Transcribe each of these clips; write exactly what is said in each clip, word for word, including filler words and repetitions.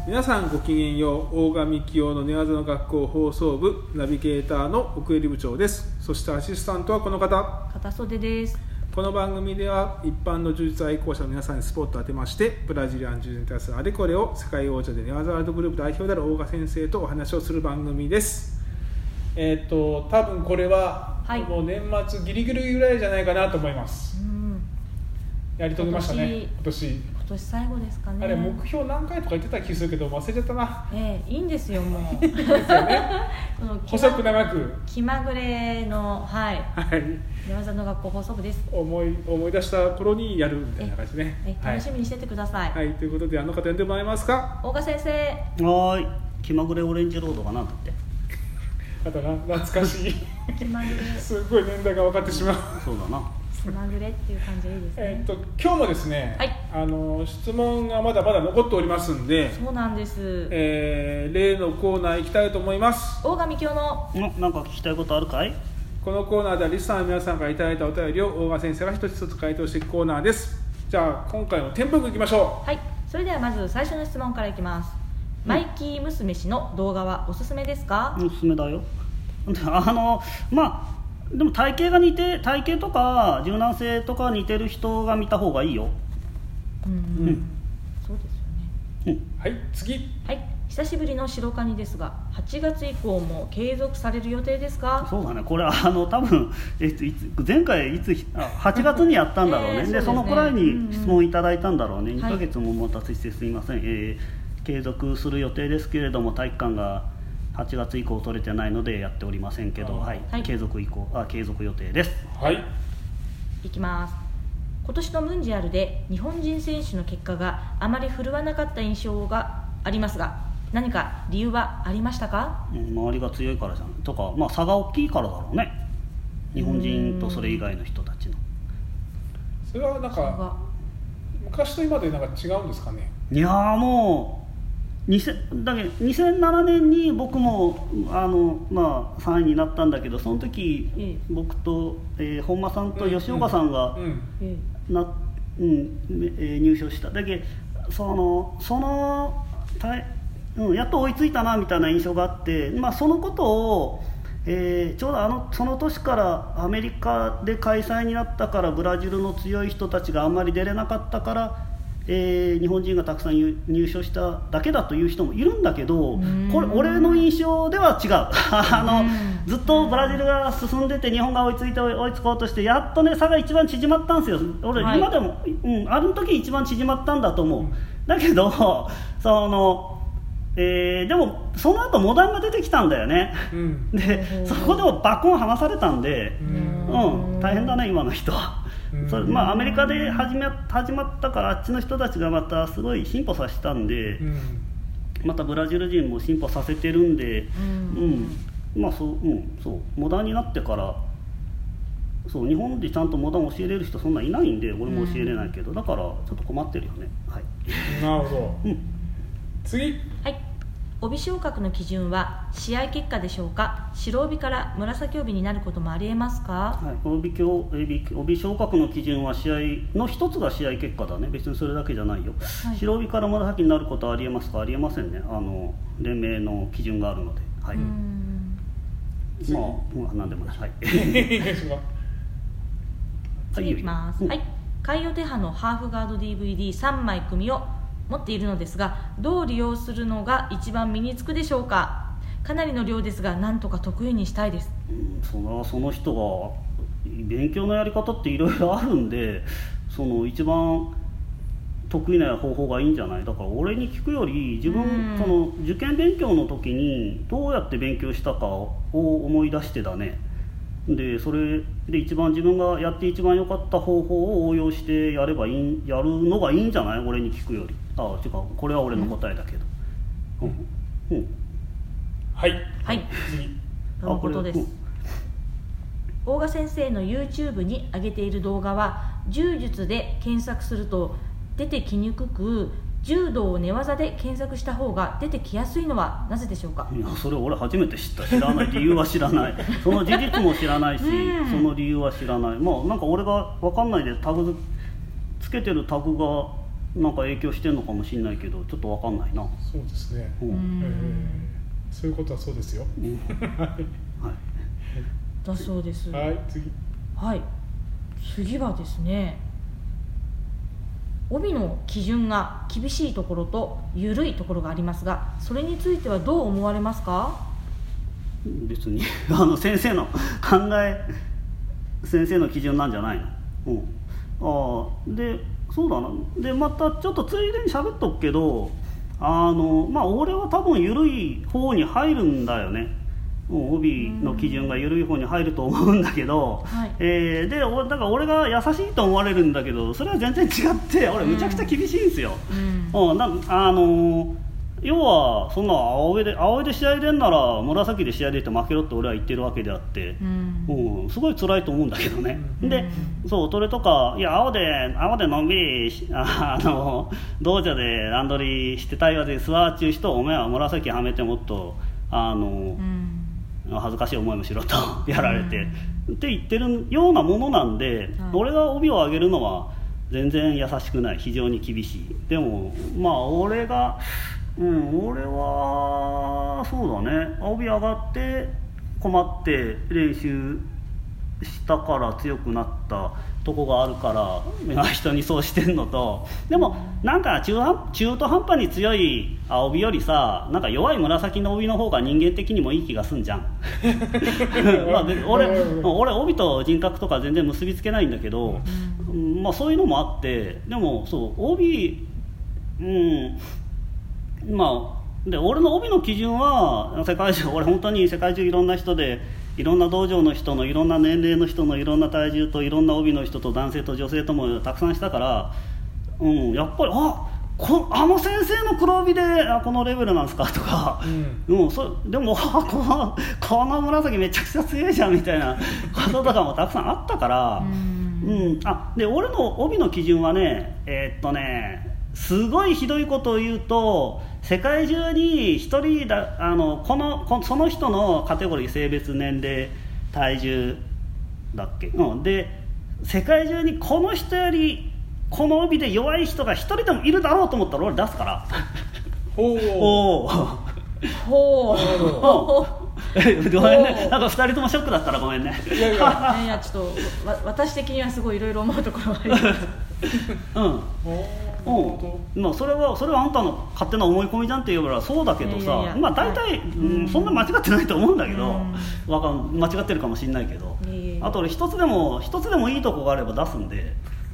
皆さんごきげんよう。大神清の寝技の学校放送部ナビゲーターの奥襟部長です。そしてアシスタントはこの方、 片袖です。 この番組では一般の柔術愛好者の皆さんにスポットを当てまして、ブラジリアン柔術に対するあれこれを世界王者で寝技ワールドグループ代表である大賀先生とお話をする番組です。えっ、ー、と多分これは、はい、もう年末ギリギリぐらいじゃないかなと思います。うん、やり遂げましたね。今年今年最後ですかね。 あれ目標何回とか言ってた気するけど忘れちゃったな。 ええ、いいんですよもう。 ですよね。細く長く気まぐれのはい。 はい。 寝技の学校放送部です。 思い思い出した頃にやるみたいな感じね。 ええ、楽しみにしててください。 はい、はい、ということであの方呼んでもらえますか。 大賀先生。 はい。気まぐれオレンジロードかなだって。 あとな懐かしい。 気まぐれ。 すごい年代が分かってしまう。 そうだな。 気まぐれっていう感じでいいですね。 えー、と今日もですね、はい、あの質問がまだまだ残っておりますんで、 そうなんです、 えー、例のコーナー行きたいと思います。 大神清のなんか聞きたいことあるかい。 このコーナーではリスナーの皆さんからいただいたお便りを大賀先生が一つ一つ回答していくコーナーです。じゃあ今回もテンポよくいきましょう。 はい、それではまず最初の質問からいきます。うん、マイキー娘氏の動画はおすすめですか。 おすすめだよ。あのまあでも体型が似て体型とか柔軟性とか似てる人が見た方がいいよ。 うん、うん、そうですよね。 うん、はい次。 はい、久しぶりの白カニですがはちがつ以降も継続される予定ですか。 そうだね、これあの多分えっといつ前回いつはちがつにやったんだろうね。えー、 そ, でそのくらいに質問いただいたんだろうね。うんうん、にかげつもお待たせしてすみません。はい、えー、継続する予定ですけれども体育館がはちがつ以降取れてないのでやっておりませんけど、はいはい、継続以降あ継続予定です。 はい。 いきます。今年のムンジアルで日本人選手の結果があまり振るわなかった印象がありますが、何か理由はありましたか。 うん、周りが強いからじゃんとか、まあ差が大きいからだろうね。日本人とそれ以外の人たちの。 それはなんか昔と今でなんか違うんですかね。 いやーもう。だけどにせんななねんに僕もあの、まあ、さんいになったんだけどその時、うん、僕と、えー、本間さんと吉岡さんが、うんなうんえー、入賞しただけそのそのたい、うん、やっと追いついたなみたいな印象があって、まあ、そのことを、えー、ちょうどあのその年からアメリカで開催になったからブラジルの強い人たちがあんまり出れなかったからえー、日本人がたくさん入賞しただけだという人もいるんだけど、これ俺の印象では違うあのずっとブラジルが進んでて日本が追いついて追いつこうとしてやっとね差が一番縮まったんですよ。俺、はい、今でも、うん、あの時一番縮まったんだと思う。だけどその、えー、でもその後モダンが出てきたんだよね、うん、でそこでもバコン離されたんで、うん、大変だね今の人は。それまあ、アメリカで始め始まったからあっちの人たちがまたすごい進歩させたんで、うん、またブラジル人も進歩させてるんで、うんうんまあそううん、そうモダンになってからそう日本でちゃんとモダン教えれる人そんないないんで俺も教えれないけど、だからちょっと困ってるよね。はい、 なるほど、うん、次。 はい。帯昇格の基準は試合結果でしょうか。白帯から紫帯になることもありえますか。 はい、帯, 帯, 帯昇格の基準は試合の一つが試合結果だね。別にそれだけじゃないよ。はい、白帯から紫になることはありえますか。ありえませんね。あの連盟の基準があるので。はい。うんまあ何でもない。はい。 次いきます。はい。海洋手派のハーフガード ディーブイディーさんまい組を持っているのですが、どう利用するのが一番身につくでしょうか。かなりの量ですがなんとか得意にしたいです。 うん、そのその人が勉強のやり方っていろいろあるんで、その一番得意な方法がいいんじゃない。だから俺に聞くより自分、その受験勉強の時にどうやって勉強したかを思い出してだね。でそれで一番自分がやって一番良かった方法を応用してやればいいやるのがいいんじゃない。俺に聞くより。ああ違う、これは俺の答えだけど。うんうん、 はいはいとのことです。大賀先生の YouTube に上げている動画は柔術で検索すると出てきにくく、柔道を寝技で検索した方が出てきやすいのはなぜでしょうか。 いやそれ俺初めて知った。知らない理由は知らないその事実も知らないし、うん、その理由は知らない。まあなんか俺が分かんないでタグつけてるタグがなんか影響してるのかもしれないけどちょっと分かんないな。 そうですね、うん、えー、そういうことはそうですよ、うん、はい、 だそうです。 はい、次。 はい、次はですね、帯の基準が厳しいところと緩いところがありますが、それについてはどう思われますか？ 別にあの先生の考え先生の基準なんじゃないの、うん、あでそうだな。でまたちょっとついでに喋っとくけど、あのまあ俺は多分緩い方に入るんだよね。帯の基準が緩い方に入ると思うんだけど、はい、えー、でだから俺が優しいと思われるんだけど、それは全然違って俺むちゃくちゃ厳しいんですよ、うんうん、なあの要はそんな青上で青上で試合出んなら紫で試合出て負けろって俺は言ってるわけであって、うんうん、すごい辛いと思うんだけどね、うん、でそうそれとかいや青で青でのんびりあの道場でランドリーして対話で座っちゅう人お前は紫はめてもっとあの、うん恥ずかしい思いもしろとやられて、うん、って言ってるようなものなんで、はい、俺が帯を上げるのは全然優しくない、非常に厳しい。でもまあ俺がうん俺はそうだね、帯上がって困って練習したから強くなったとこがあるから人にそうしてんのと、でもなんか 中, 中途半端に強い帯よりさ、なんか弱い紫の帯の方が人間的にもいい気がすんじゃんまあ俺俺帯と人格とか全然結びつけないんだけど、まあ、そういうのもあって、でもそう帯うんまあで俺の帯の基準は世界中俺本当に世界中いろんな人でいろんな道場の人のいろんな年齢の人のいろんな体重といろんな帯の人と男性と女性ともたくさんしたから、うん、やっぱりあこあの先生の黒帯であこのレベルなんですかとか、うんうん、そでもあこのこの紫めちゃくちゃ強いじゃんみたいなこととかもたくさんあったから、うん、あで俺の帯の基準はねえー、っとねすごいひどいことを言うと世界中にひとりだあのこのこその人のカテゴリー性別年齢体重だっけ、うん、で世界中にこの人よりこの帯で弱い人がひとりでもいるだろうと思ったら俺出すからおおほうごめんね、なんかふたりともショックだったらごめんね。 いやいやいやちょっとわ私的にはすごいいろいろ思うところがありますうんうん、まあそれはそれはあんたの勝手な思い込みじゃんって言うからそうだけどさ、いやいやまあ大体、はいうん、そんな間違ってないと思うんだけど、うん、わかん間違ってるかもしれないけど、いやいやあと俺一つでも一つでもいいとこがあれば出すんで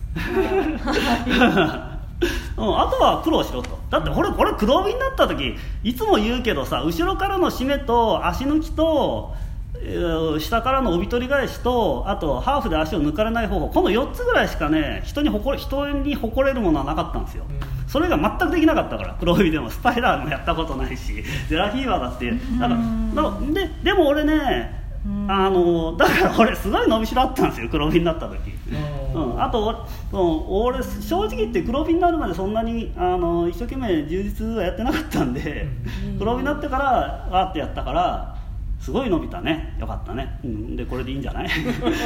うん、あとは苦労しろと。だって俺、俺黒帯になった時いつも言うけどさ、後ろからの締めと足抜きと、えー、下からの帯取り返しとあとハーフで足を抜かれない方法、このよっつぐらいしかね人に誇れ、人に誇れるものはなかったんですよ、うん、それが全くできなかったから。黒帯でもスパイダーもやったことないしゼラフィーバーだってだからで, でも俺ねあのだから俺すごい伸びしろあったんですよ黒帯になった時、うん、あと俺正直言って黒帯になるまでそんなにあの一生懸命充実はやってなかったんで、黒帯になってからあーってやったからすごい伸びたね、よかったね、うん、でこれでいいんじゃない、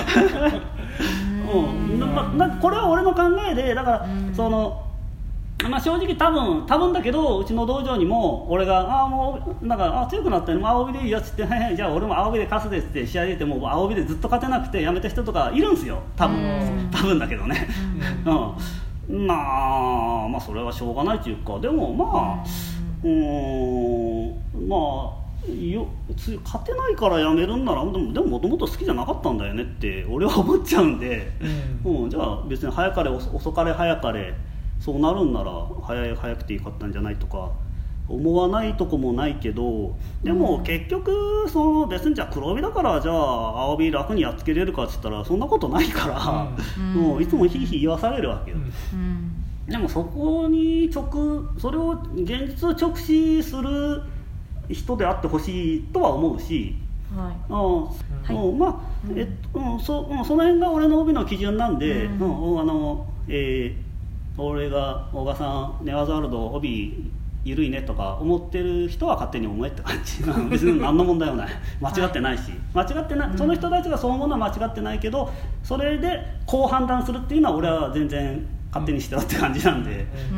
うんま、なこれは俺の考えで、だからそのまあ、正直多分多分だけどうちの道場にも俺があもうなんかあ強くなったね、青帯でいいやつって、はいはい、じゃあ俺も青帯で勝つですって試合出ても青帯でずっと勝てなくてやめた人とかいるんですよ多分多分だけどね、うん、まあまあそれはしょうがないというか、でもまあうーんまあよつ勝てないからやめるんならでもでももともと好きじゃなかったんだよねって俺は思っちゃうんで、うんうん、じゃあ別に早かれ遅かれ早かれそうなるんなら早い早くてよかったんじゃないとか思わないとこもないけど、でも結局その別にじゃあ黒帯だからじゃあ青帯楽にやっつけれるかって言ったらそんなことないから、うん、もういつもヒーヒー言わされるわけよ、うん、でもそこに直それを現実を直視する人であってほしいとは思うし、はい、うんうん、まあ、えっと、うん、そ, うん、その辺が俺の帯の基準なんで、うんうん、あのえー俺が大賀さんネアーズワールド帯緩いねとか思ってる人は勝手に思えって感じ別に何の問題もない間違ってないし、間違ってない、その人たちがそう思うのは間違ってないけどそれでこう判断するっていうのは俺は全然勝手にしてろって感じなんで、うん、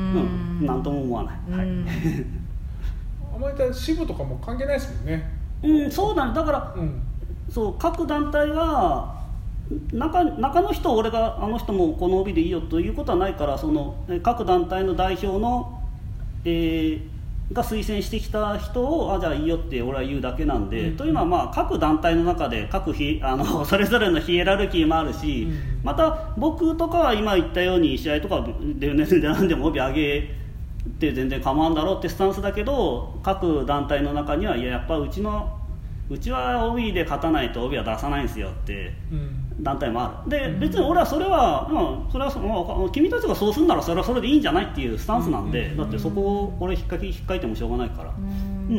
うん、なんとも思わない、うん、はい、 あまり支部とかも関係ないですもんね。 うん、そうだね。だから、うん、そう各団体が中, 中の人俺があの人もこの帯でいいよということはないから、その各団体の代表の、えー、が推薦してきた人をあじゃあいいよって俺は言うだけなんで、うん、というのはまあ各団体の中で各ひあのそれぞれのヒエラルキーもあるし、うん、また僕とかは今言ったように試合とかで何でも帯上げて全然構わんだろうってスタンスだけど、各団体の中にはいややっぱうちのうちは帯で勝たないと帯は出さないんですよって団体もある。で別に俺はそれは、うん、それはその君たちがそうするならそれはそれでいいんじゃないっていうスタンスなんで、だってそこを俺引っかけ引っかいてもしょうがないから、うん、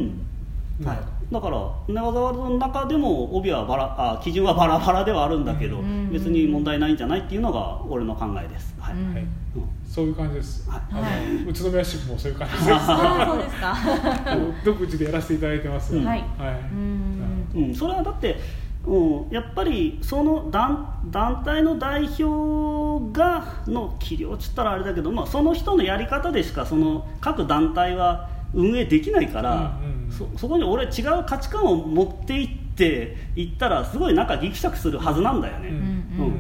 はい、だから寝技ワールドの中でも帯はバラあ基準はバラバラではあるんだけど、別に問題ないんじゃないっていうのが俺の考えです。はい、はい、 うん、そういう感じです。はい、あの、はい、宇都宮支部もそういう感じです。 あそうですか。 独自でやらせていただいてますが、うん、はい、はい、 うん、うん、それはだって、うん、やっぱりその 団, 団体の代表がの器量っつったらあれだけど、まあ、その人のやり方でしかその各団体は運営できないから、うんうん、そ, そこに俺違う価値観を持っていっていったらすごいなんかギクシャクするはずなんだよね、うんうんうん、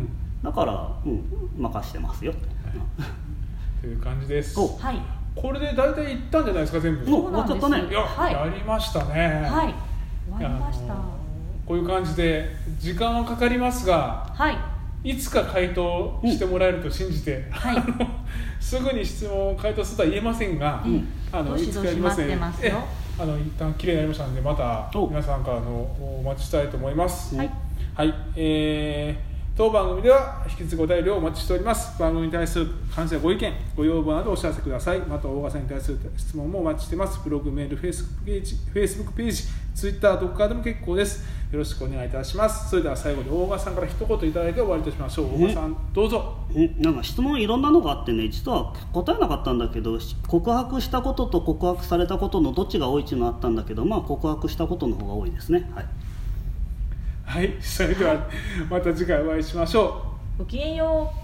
だから、うん、任してますよ、はい、 という感じです。 はい、 これで大体いったんじゃないですか全部。 もう終わっちゃったね。 いや、はい、やりましたね。 はい、終わりました。 こういう感じで時間はかかりますが、はい、いつか回答してもらえると信じて、うん、はい、すぐに質問を回答するとは言えませんが、うん、あのいつかやりますね。えあの一旦きれいになりましたので、また皆さんからのお待ちしたいと思います。はい、はい、えー当番組では引き続きお便りをお待ちしております。番組に対する感想やご意見、ご要望などお知らせください。また大賀さんに対する質問もお待ちしています。ブログ、メール、フェイスブックページ、フェイスブックページ、ツイッター、どこからでも結構です。よろしくお願いいたします。それでは最後に大賀さんから一言いただいて終わりとしましょう。大賀さんどうぞ。 なんか質問いろんなのがあってね、実は答えなかったんだけど、告白したことと告白されたことのどっちが多いっていうのがあったんだけど、まあ告白したことの方が多いですね。はい。 はい、それではまた次回お会いしましょう。 ごきげんよう。